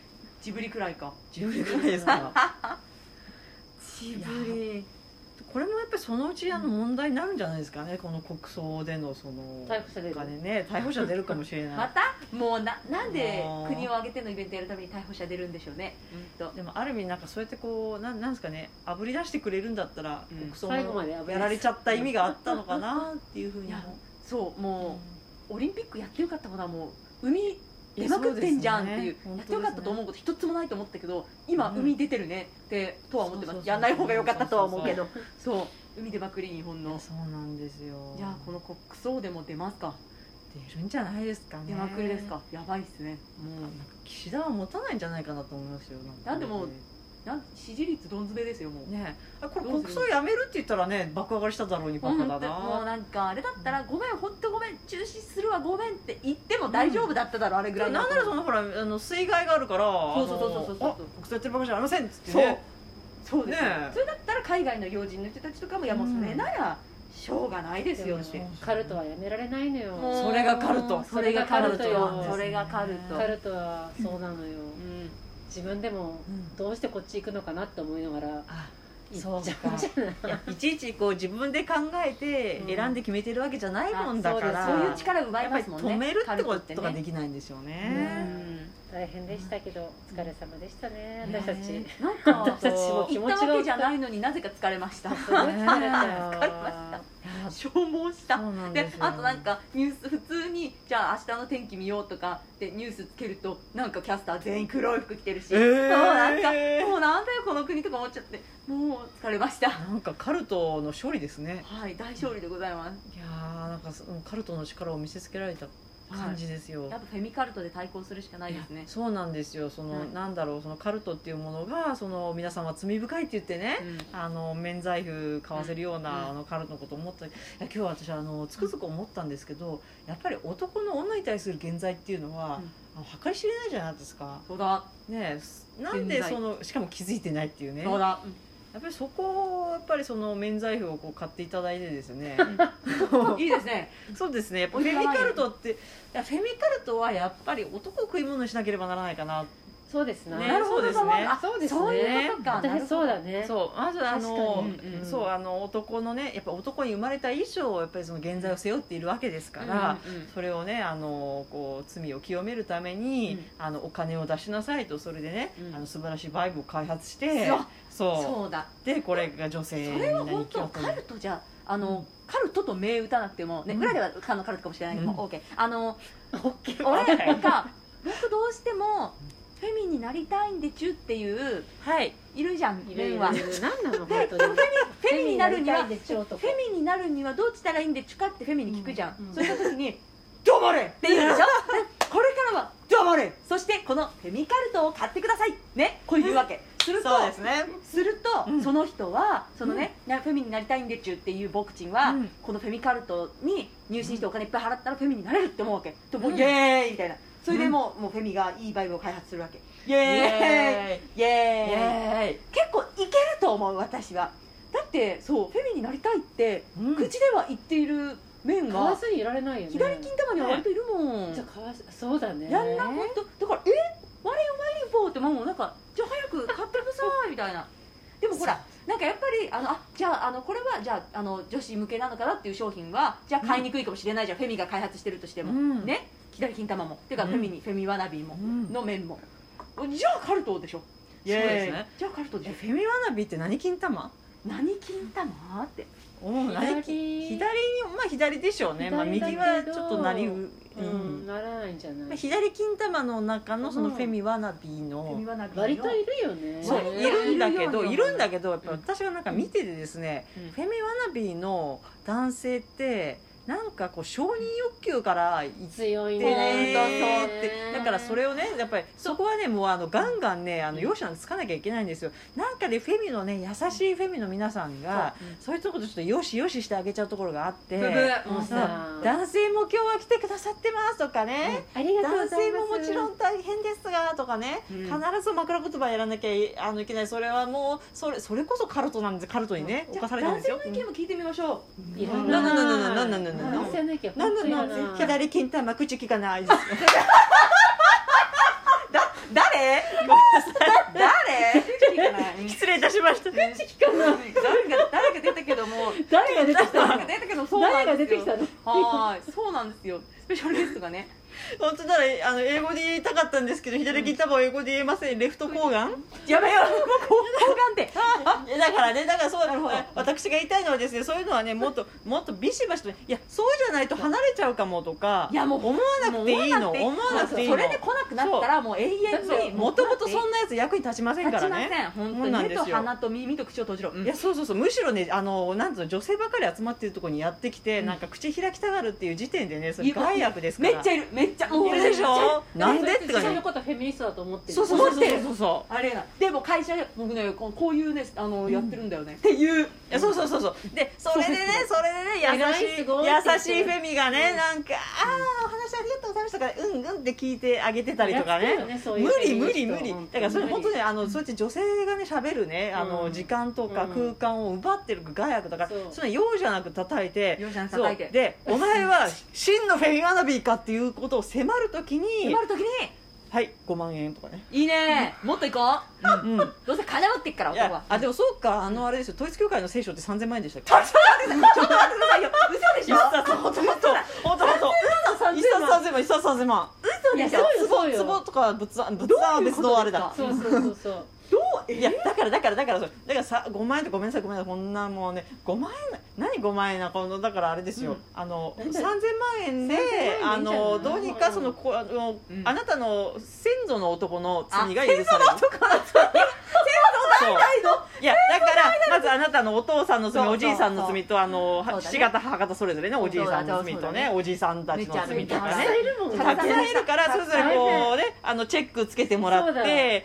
ジブリくらいか。 ジブリくらいですか。 ジブリこれもやっぱりそのうち問題になるんじゃないですかね、この国葬でのその逮捕者出るお金ね、逮捕者出るかもしれないまたもうなんで国を挙げてのイベントやるために逮捕者出るんでしょうね。 でもある意味なんかそうやってこうなんですかね、あぶり出してくれるんだったら、国葬最後までもやられちゃった意味があったのかなっていうふうにも。 そうもう、オリンピックやってよかったことはもう海出まくってんじゃんっていう、やってよかったと思うこと一つもないと思ったけど、今、海出てるねってとは思ってます。やんない方が良かったとは思うけど、そう海出まくり日本の。 そうなんですよ。 じゃあこの国葬でも出ますか。 出るんじゃないですかね。 出まくりですか。やばいっすね。もうなんか岸田は持たないんじゃないかなと思いますよ。 なんでも支持率どん詰めですよもうね。これ国葬やめるって言ったらね、爆上がりしただろうにバカだな。 もうなんかあれだったらごめん本当ごめん中止するわごめんって言っても大丈夫だっただろ、あれぐらい。 なんならそのほら水害があるから、 そう国葬やってる場合じゃありませんっつってね。 そうです。それだったら海外の要人の人たちとかもいやもうそれならしょうがないですよって。 カルトはやめられないのよ。 それがカルト。 それがカルトよ。それがカルト。 カルトはそうなのよ。自分でもどうしてこっち行くのかなって思いながら行っちゃうんじゃない。 いちいちこう自分で考えて選んで決めてるわけじゃないもんだから、 そういう力奪いますもんね。 止めるってことができないんですよね。 大変でしたけどお疲れ様でしたね。私たちなんか私たちも行ったわけじゃないのになぜか疲れました。疲れました消耗した。であとなんかニュース普通にじゃあ明日の天気見ようとかでニュースつけるとなんかキャスター全員黒い服着てるし、もうなんだよこの国とか思っちゃって、もう疲れました。 なんかカルトの勝利ですね。 はい、大勝利でございます。 いやーなんかカルトの力を見せつけられた感じですよ。 やっぱフェミカルトで対抗するしかないですね。 そうなんですよ。なんだろう、そのカルトっていうものが皆さんは罪深いって言ってね、免罪符買わせるようなカルトのことを思った。今日は私つくづく思ったんですけど、やっぱり男の女に対する現在っていうのは計り知れないじゃないですか。 そうだね。なんでしかも気づいてないっていうね。 そうだ。 やっぱりそこをやっぱり免罪符をこう買っていただいてですねいいですね。 そうですね。やっぱフェミカルトってフェミカルトはやっぱり男を食い物にしなければならないかな。 そうですね。 なるほどですね。 そうですね。 そういうことか。 私そうだね。 そうまずそう男のね、やっぱ男に生まれた以上やっぱりその現在を背負っているわけですから、それをねこう罪を清めるためにお金を出しなさいと、それでね素晴らしいバイブを開発して、 そうだ。 でこれが女性にそれは本当カルトじゃカルトと銘打たなくてもね、裏ではカルトかもしれないけども OK。俺が僕どうしてもフェミになりたいんでちゅっていういるじゃん、 メンは。何なの本当に。 フェミになるにはどうしたらいいんでちゅかってフェミに聞くじゃん。そういった時に黙れって言うでしょ。これからは黙れ。そしてこのフェミカルトを買ってくださいね、こういうわけ。するとその人はフェミになりたいんでちゅっていうボクチンはこのフェミカルトに入信してお金いっぱい払ったらフェミになれるって思うわけ。ともうイエーイみたいな。それでもうフェミがいいバイブを開発するわけ。イエーイイエーイ。結構いけると思う私は。だってそうフェミになりたいって口では言っている面がかわいそうにいられないよね。 左金玉には割といるもん。 じゃあそうだね。 やんな本当だからワリンポーってもうなんかじゃあ早く買ってくださいみたいな。でもほらなんかやっぱりじゃあこれはじゃあ女子向けなのかなっていう商品はじゃあ買いにくいかもしれないじゃん、フェミが開発してるとしてもね。左金玉もっていうかフェミワナビーもの面もじゃあカルトでしょ。 そうですね。 じゃあカルトでしょ。 フェミワナビーって何金玉？ 何金玉って左でしょうね。右はちょっとならないんじゃない。 左金玉の中のそのフェミワナビーの割といるよね。 そういるんだけどやっぱ私がなんか見ててですね、フェミワナビーの男性ってなんかこう承認欲求から強いね。だからそれをねやっぱりそこはねもうガンガンね容赦なんてつかなきゃいけないんですよ。なんかねフェミのね優しいフェミの皆さんがそういうところちょっとよしよししてあげちゃうところがあって、男性も今日は来てくださってますとかね、男性ももちろん大変ですがとかね、必ず枕言葉やらなきゃいけない。それはもうそれこそカルトなんです。カルトにね侵されてるんですよ。 男性の意見も聞いてみましょう。 いろんな男性の意見左金玉口利かないです。 誰誰失礼いたしました。 誰が出たけども誰が出てきたの？ 誰が出たけどそうなん誰がですよ。 出てきたの？ はい、そうなんですよ。スペシャルゲストがね。 本当なら英語で言いたかったんですけど、左利き多分英語で言えません。レフト睾丸。 やめよう。抗がんって。 だからね、だからそうなるほど私が言いたいのはですね、そういうのはね、もっとビシバシと、いやそうじゃないと離れちゃうかもとか、 いやもう思わなくていいの、思わなくていいの。 それで来なくなったらもう永遠にもともとそんなやつ役に立ちませんからね。 立ちません。本当に目と鼻と耳と口を閉じろ。 いやそうそうそう、むしろね、なんつうの、女性ばかり集まってるところにやってきて、なんか口開きたがるっていう時点でね、それ害悪ですから。 めっちゃいる、めっちゃもういるでしょ。なんでって感じ。 自分のことフェミニストだと思ってる。 そうそうあれな。でも会社で僕ねこういうねやってるんだよねっていう。 そうでそれでね優しいフェミがね、なんかお話ありがとうございましたからうんって聞いてあげてたりとかね。無理だからそれ本当にそうやって女性がね喋るね時間とか空間を奪ってる害悪とか、それ容赦なく叩いて、でお前は真のフェミワナビーかっていうことを迫るときにはい5万円とかね。 いいね、もっといこう。どうせ金持ってっから男は。 でもそうか、あれですよ、統一教会の聖書って3000万円でしたっけ。 ちょっと待ってくださいよ。嘘でしょ。 本当一冊3000万。 嘘でしょ。 壺とか仏壇は別のあれだ。 そういやだからさ5万円ってごめんなさいこんなもうね5万円何5万円なこのだからあれですよ、3000万円でどうにかあなたの先祖の男の罪が許される。いやだからまずあなたのお父さんの罪、おじいさんの罪と父方母方それぞれね、おじいさんの罪とね、おじさんたちの罪とかね、たくさんいるから、それぞれこうねチェックつけてもらって、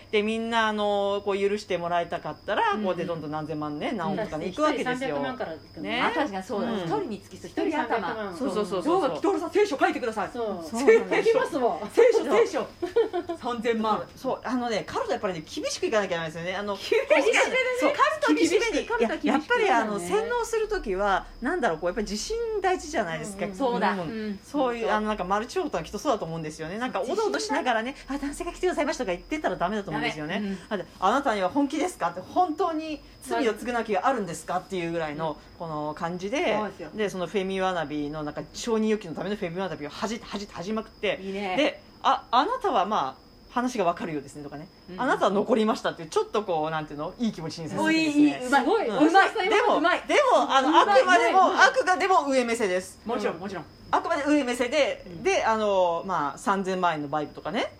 でみんなこう許してもらいたかったらこうでどんどん何千万ね何億とかねいくわけですよ。 ね、確かにそうだ。一人につき1人頭。 そう今日はキトルさん聖書書いてください。 書きますわ。 聖書3000万。 そうカルトやっぱりね厳しくいかなきゃいけないですよね。 厳しめにやっぱり洗脳するときはなんだろう、こうやっぱり自信大事じゃないですか。 そうだ。 そういうなんかマルチ商法とかきっとそうだと思うんですよね。なんかおどおどしながらね、男性が来てくださいましたとか言ってたらダメだと思うんですよね。あなたには本気ですかって、本当に罪を償う気があるんですかっていうぐらいのこの感じで、そのフェミワナビのなんか承認欲求のためのフェミワナビを恥じまくって、であなたはまあ話が分かるようですねとかね、あなたは残りましたっていうちょっとこうなんていうのいい気持ちにさせてですね。 うまい。 でもあくまでも悪がでも上目線です。 もちろんあくまで上目線でまあ3000万円のバイクとかね、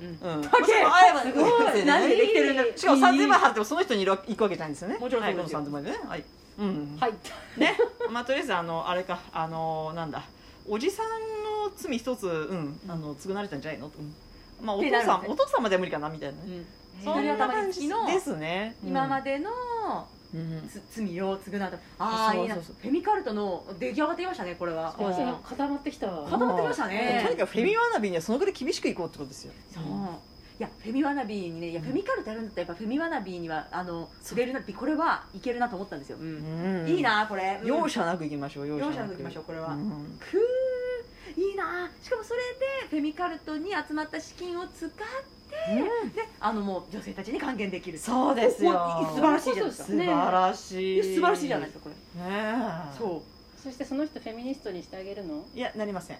何でできてるんだ。 しかも3000万払ってもその人に行くわけじゃないんですよね。 もちろんこの3000万円でね。はいね、まあとりあえずあれかなんだおじさんの罪一つ償われたんじゃないのと。まあお父さんまでは無理かなみたいなね。そんな感じですね。 今までの罪を償うと、ああいいな。フェミカルトの出来上がっていましたね、これは。 固まってきたわ。 固まってましたね。 とにかくフェミワナビにはそのぐらい厳しくいこうってことですよ。 そう。いやフェミワナビーにね、いやフェミカルトやるんだったらやっぱフェミワナビーには触れるなって、これはいけるなと思ったんですよ。いいなこれ。 容赦なくいきましょう。 容赦なくいきましょう、これは。いいな。しかもそれでフェミカルトに集まった資金を使ってでもう女性たちに還元できる。 そうですよ。 素晴らしいじゃないですか。 素晴らしい。 素晴らしいじゃないですかこれ。 そう。 そしてその人フェミニストにしてあげるの？ いやなりません。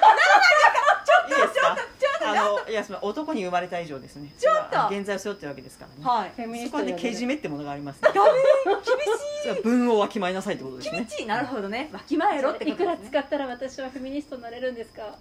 いや男に生まれた以上ですね。 ちょっと現在を背負ってるわけですからね。 はい。 そこでけじめってものがありますね。 ダメ、厳しい。 分をわきまえなさいってことですね。 厳しい。なるほどね。わきまえろってことですね。 いくら使ったら私はフェミニストになれるんですか？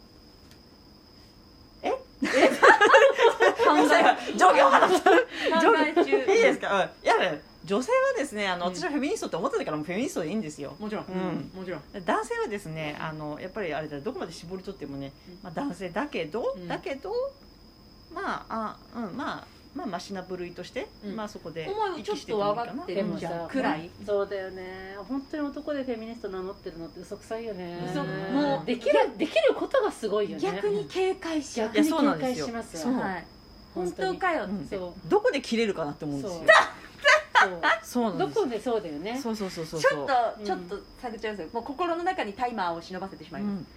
上下を話す。 考え中。 いいですか。いや女性はですね、私はフェミニストって思ってたからもうフェミニストでいいんですよ。 もちろん。もちろん。 男性はですね、やっぱりあれだ、どこまで絞り取ってもね、男性だけどまあマシな部類としてそこでちょっと上がってるじゃんくらい。 そうだよね。本当に男でフェミニスト名乗ってるのって嘘くさいよね。 もうできることがすごいよね。 逆に警戒します。本当かよって。 どこで切れるかなって思うんですよ。 どこでそうだよね。 そう。 ちょっと探っちゃうんですよ。もう心の中にタイマーを忍ばせてしまいます。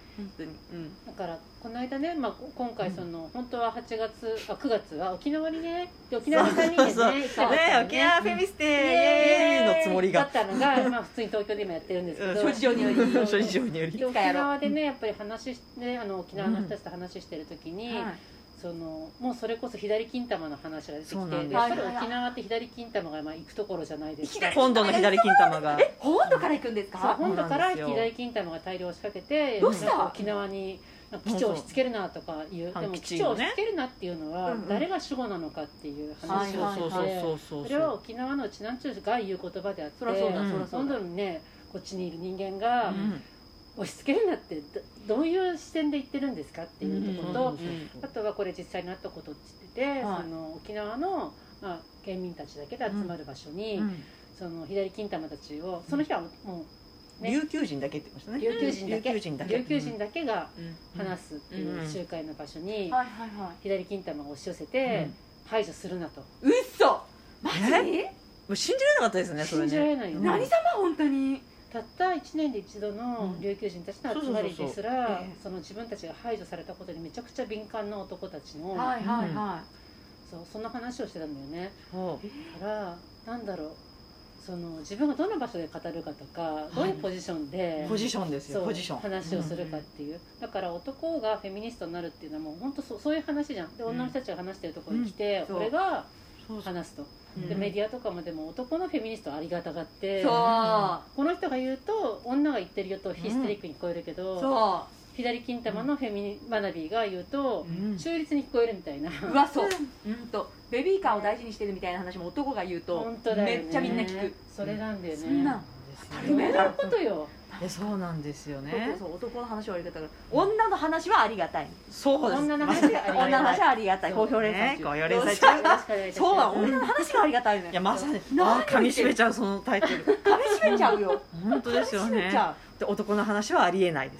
本当に、 だからこの間ね、今回本当は9月は沖縄にね、沖縄に3人でね行ったんですよね。 沖縄フェミステイイエーイのつもりがだったのが、普通に東京で今やってるんですけど、 諸事情により諸事情により沖縄でねやっぱり話して沖縄の人たちと話してる時に、もうそれこそ左金玉の話が出てきて、やっぱり沖縄って左金玉が行くところじゃないですか。 本土の左金玉が本土から行くんですか？ 本土から左金玉が大量押しかけて、沖縄に基地を押し付けるなとかいう、でも基地を押し付けるなっていうのは誰が主語なのかっていう話をしてて、それは沖縄のうちなんちゅうが言う言葉であって、本土にねこっちにいる人間が押し付けるなってどういう視点で言ってるんですかっていうところと、あとはこれ実際にあったことって言ってて、沖縄の県民たちだけで集まる場所に左金玉たちを、その日はもう琉球人だけって言ってましたね。 琉球人だけが話すっていう集会の場所に左金玉を押し寄せて排除するなと。 うっそ、マジ？ もう信じられなかったですね。それね。 信じられないよね。 何様本当に。 たった1年で一度の琉球人たちの集まりですら、自分たちが排除されたことにめちゃくちゃ敏感な男たちの、そんな話をしてたんだよね。だからなんだろう、自分がどの場所で語るかとか、どういうポジションでポジションですよ、ポジション話をするかっていう、だから男がフェミニストになるっていうのはもう本当そういう話じゃん。で女の人たちが話してるところに来て、俺が話すと。でメディアとかもでも男のフェミニストはありがたがって、この人が言うと女が言ってるよとヒステリックに聞こえるけど、左金玉のフェミニマナビーが言うと中立に聞こえるみたいな。 うわ、そう、ベビーカーを大事にしてるみたいな話も男が言うとめっちゃみんな聞く。 それなんだよね。 そんな当たり前のことよ。 そうなんですよね。 男の話はありがたいから、女の話はありがたい。 そうです。 女の話はありがたい。好評連載中。そうは女の話がありがたいね。 いやまさに噛み締めちゃう、そのタイトル。 噛み締めちゃうよ。 本当ですよね。で男の話はありえないです。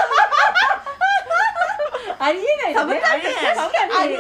ありえないね。 ありえない。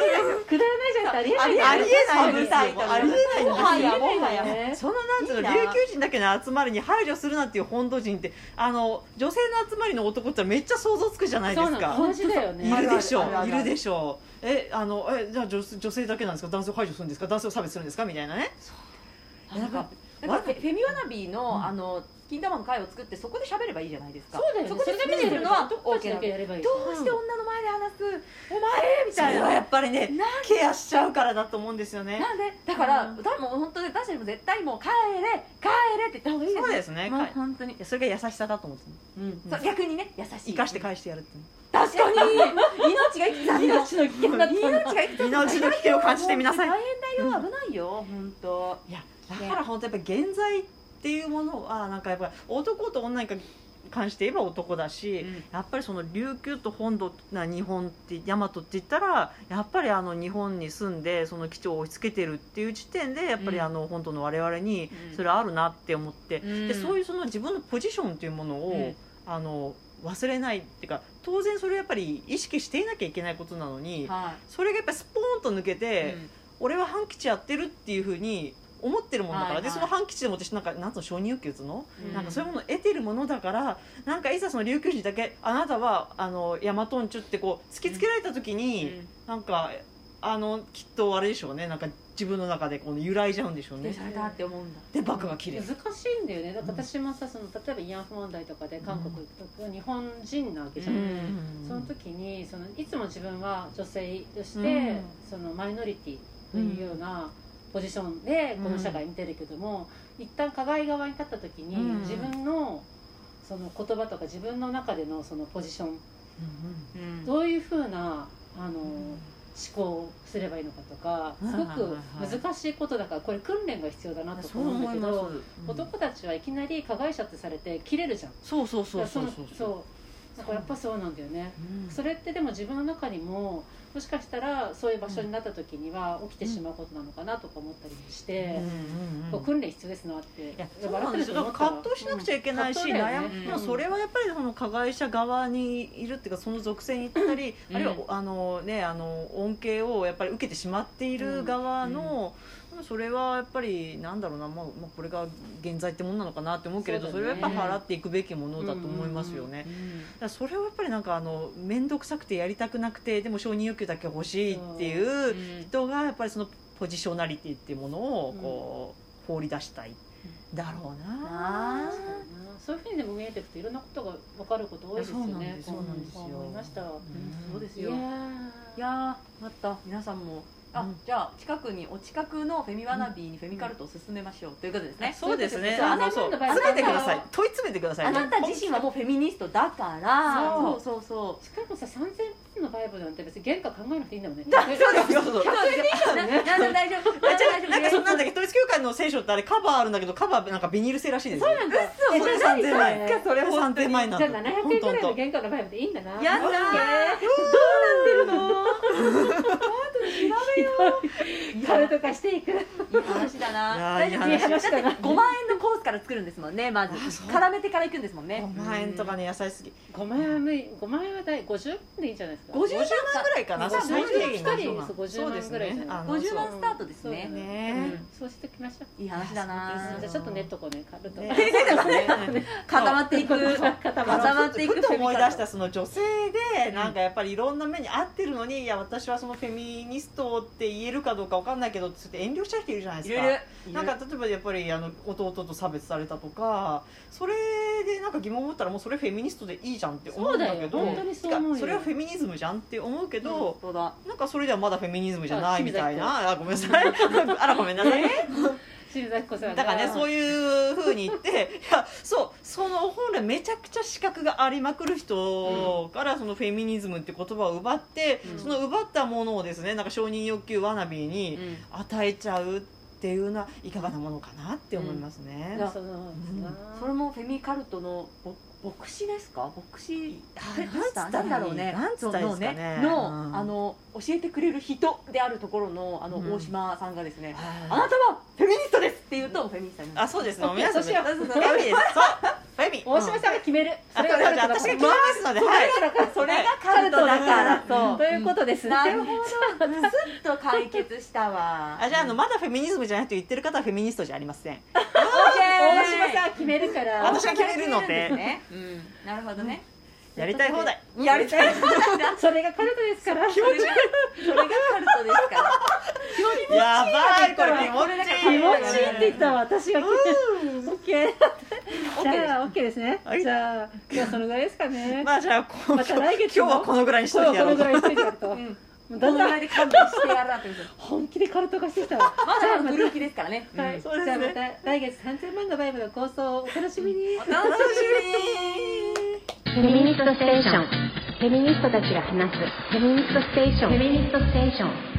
くだらないじゃなくてありえない。 ありえないんですよ。 ありえないんですよ。 そのなんていうの、琉球人だけの集まりに排除するなっていう本土人って、女性の集まりの男ってめっちゃ想像つくじゃないですか。 同じだよね。 いるでしょう、いるでしょう。じゃあ女性だけなんですか、男性を排除するんですか、男性を差別するんですかみたいなね。 なんかフェミワナビーの金玉の会を作ってそこで喋ればいいじゃないですか。 そうだよね。 そこで喋るのは男たちだけやればいい。 どうして女の前で話すお前みたいな。 それはやっぱりね、ケアしちゃうからだと思うんですよね。 なんでだから多分本当に私たちも絶対もう帰れって言った方がいいです。 そうですね。 本当にそれが優しさだと思ってね。逆にね、優しい。 生かして返してやるって。 確かに命が生きた命の危険だった。 命の危険を感じてみなさい。 大変だよ、危ないよ本当。 いやだから本当やっぱ現在っていうものはなんかやっぱり男と女に関して言えば男だし、やっぱりその琉球と本土な日本って大和って言ったらやっぱり日本に住んでその基地を押し付けてるっていう時点でやっぱり本土の我々にそれあるなって思って、でそういうその自分のポジションっていうものを忘れないっていうか、当然それやっぱり意識していなきゃいけないことなのに、それがやっぱりスポーンと抜けて、俺は反基地やってるっていうふうに思ってるものだから、でその反基地でも私なんつうの承認欲求つの、なんかそういうものを得てるものだから、なんかいざその琉球人だけあなたはヤマトンチュってこう突きつけられた時に、なんかきっとあれでしょうね、なんか自分の中でこの揺らいじゃうんでしょうね。 されたって思うんだ。 でバカが切れる。 難しいんだよね。だから私もさ、例えば慰安婦問題とかで韓国行くと日本人なわけじゃん。その時にいつも自分は女性としてマイノリティというようなポジションでこの社会見てるけども、一旦加害側に立った時に自分のその言葉とか自分の中でのそのポジション、どういうふうな思考をすればいいのかとか、すごく難しいことだから、これ訓練が必要だなと思うんだけど、男たちはいきなり加害者ってされて切れるじゃん。 そうだからやっぱそうなんだよね。それってでも自分の中にももしかしたらそういう場所になった時には起きてしまうことなのかなとか思ったりもして、こう訓練必要ですなって。 そうなんですよ。葛藤しなくちゃいけないし、悩む。でもそれはやっぱりその加害者側にいるっていうか、その属性に行ったり、あるいは恩恵をやっぱり受けてしまっている側の、それはやっぱりなんだろうな、これが現在ってものなのかなって思うけれど、それはやっぱ払っていくべきものだと思いますよね。それをやっぱりなんか面倒くさくてやりたくなくて、でも承認欲求だけ欲しいっていう人がやっぱりそのポジショナリティっていうものをこう放り出したいだろうな。 そういうふうにでも見えていくといろんなことが分かること多いですよね。 そうなんですよ。 思いました。 そうですよ。いやまた皆さんも。じゃあ近くのフェミワナビーにフェミカルトを進めましょうということですね。 そうですね。詰めてください。問い詰めてください。 あなた自身はもうフェミニストだから。そうしかもさ、3000分のバイブルなんて別に原価考えなくていいんだもんね。 そうですよ。100円でいいからね。大丈夫。 なんかそんなんだけど、統一教会の聖書ってあれカバーあるんだけど、カバーなんかビニール製らしいですよ。 そうなんだ。 それ3000万円。それ3000万円なんだ。 じゃあ700円ぐらいの原価のバイブルでいいんだな。 やだー。どうなってるの？調べよう。 カルト化していく。いい話だな。 いい話だな。 だって5万円のコースから作るんですもんね。まず絡めてからいくんですもんね。 5万円とかね、野菜すぎ。 5万円は50万でいいんじゃないですか。 50万ぐらいかな。 最低限 50 万ぐらい。 50万スタートですね。 そうしておきましょう。 いい話だな。 じゃあちょっとネットこうね、カルト固まっていく。固まっていく。 ふと思い出したその女性でなんかやっぱりいろんな目に合ってるのに、いや私はそのフェミニストって言えるかどうかわかんないけどって遠慮しちゃう人いるじゃないですか。なんか例えばやっぱり弟と差別されたとか、それでなんか疑問を持ったらもうそれフェミニストでいいじゃんって思うんだけど、それはフェミニズムじゃんって思うけど、なんかそれではまだフェミニズムじゃないみたいな。ごめんなさい。あらごめんなさい。だからね、そういう風に言って、いやその本来めちゃくちゃ資格がありまくる人からそのフェミニズムって言葉を奪って、その奪ったものをですね、なんか承認欲求ワナビーに与えちゃうっていうのはいかがなものかなって思いますね。 それもフェミカルトの牧師ですか？牧師なんだろうね。 なんつったらいいですかね。 教えてくれる人であるところの大島さんがですね、あなたはフェミニストですって言うとフェミニストになる。 あ、そうですね。皆さんフェミです。フェミ。 大島さんが決める。 それが私が決めますので、はい。 それがカルトだからということですね。 なるほど。スッと解決したわ。 じゃあまだフェミニズムじゃないと言ってる方はフェミニストじゃありまそ大島さん決めるから。 私が決めるので。 なるほどね。 やりたい放題。 やりたい放題だ。 それがカルトですから。 気持ち悪い。それがカルトですから。 やばい、これ気持ちいいって言ったわ、私が聞いて。オッケー。じゃあオッケーですね。じゃあ今日そのぐらいですかね。 まあじゃあまた来月今日はこのぐらいにしといてやろう。 このぐらいにしといてやると。 だんだんで勘弁してやらって本気でカルト化してきたわ。 まだグルーキですからね。 じゃあまた来月3000万のバイブルの構想をお楽しみに。 お楽しみに。 フェミニストステーション。フェミニストたちが話すフェミニストステーション。フェミニストステーション。